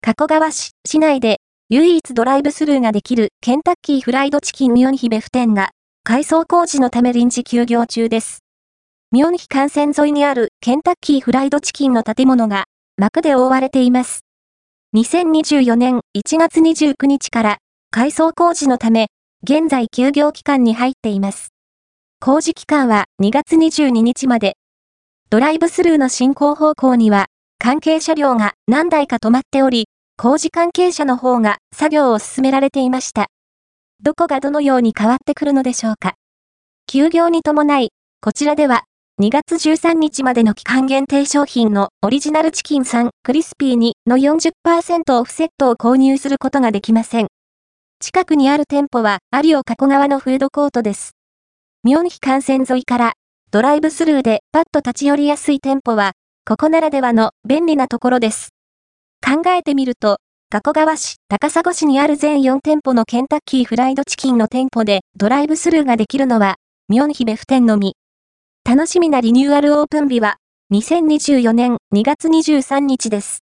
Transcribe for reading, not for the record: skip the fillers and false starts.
加古川市内で唯一ドライブスルーができるケンタッキーフライドチキンミョンヒベフ店が改装工事のため臨時休業中です。ミョンヒ幹線沿いにあるケンタッキーフライドチキンの建物が幕で覆われています。2024年1月29日から改装工事のため現在休業期間に入っています。工事期間は2月22日まで。ドライブスルーの進行方向には関係車両が何台か止まっており、工事関係者の方が作業を進められていました。どこがどのように変わってくるのでしょうか。休業に伴い、こちらでは2月13日までの期間限定商品のオリジナルチキン3クリスピー2の 40% オフセットを購入することができません。近くにある店舗は有尾加古川のフードコートです。ミョンヒ幹線沿いからドライブスルーでパッと立ち寄りやすい店舗は、ここならではの便利なところです。考えてみると、加古川市、高砂市にある全4店舗のケンタッキーフライドチキンの店舗でドライブスルーができるのは、ミョンヒベフ店のみ。楽しみなリニューアルオープン日は、2024年2月23日です。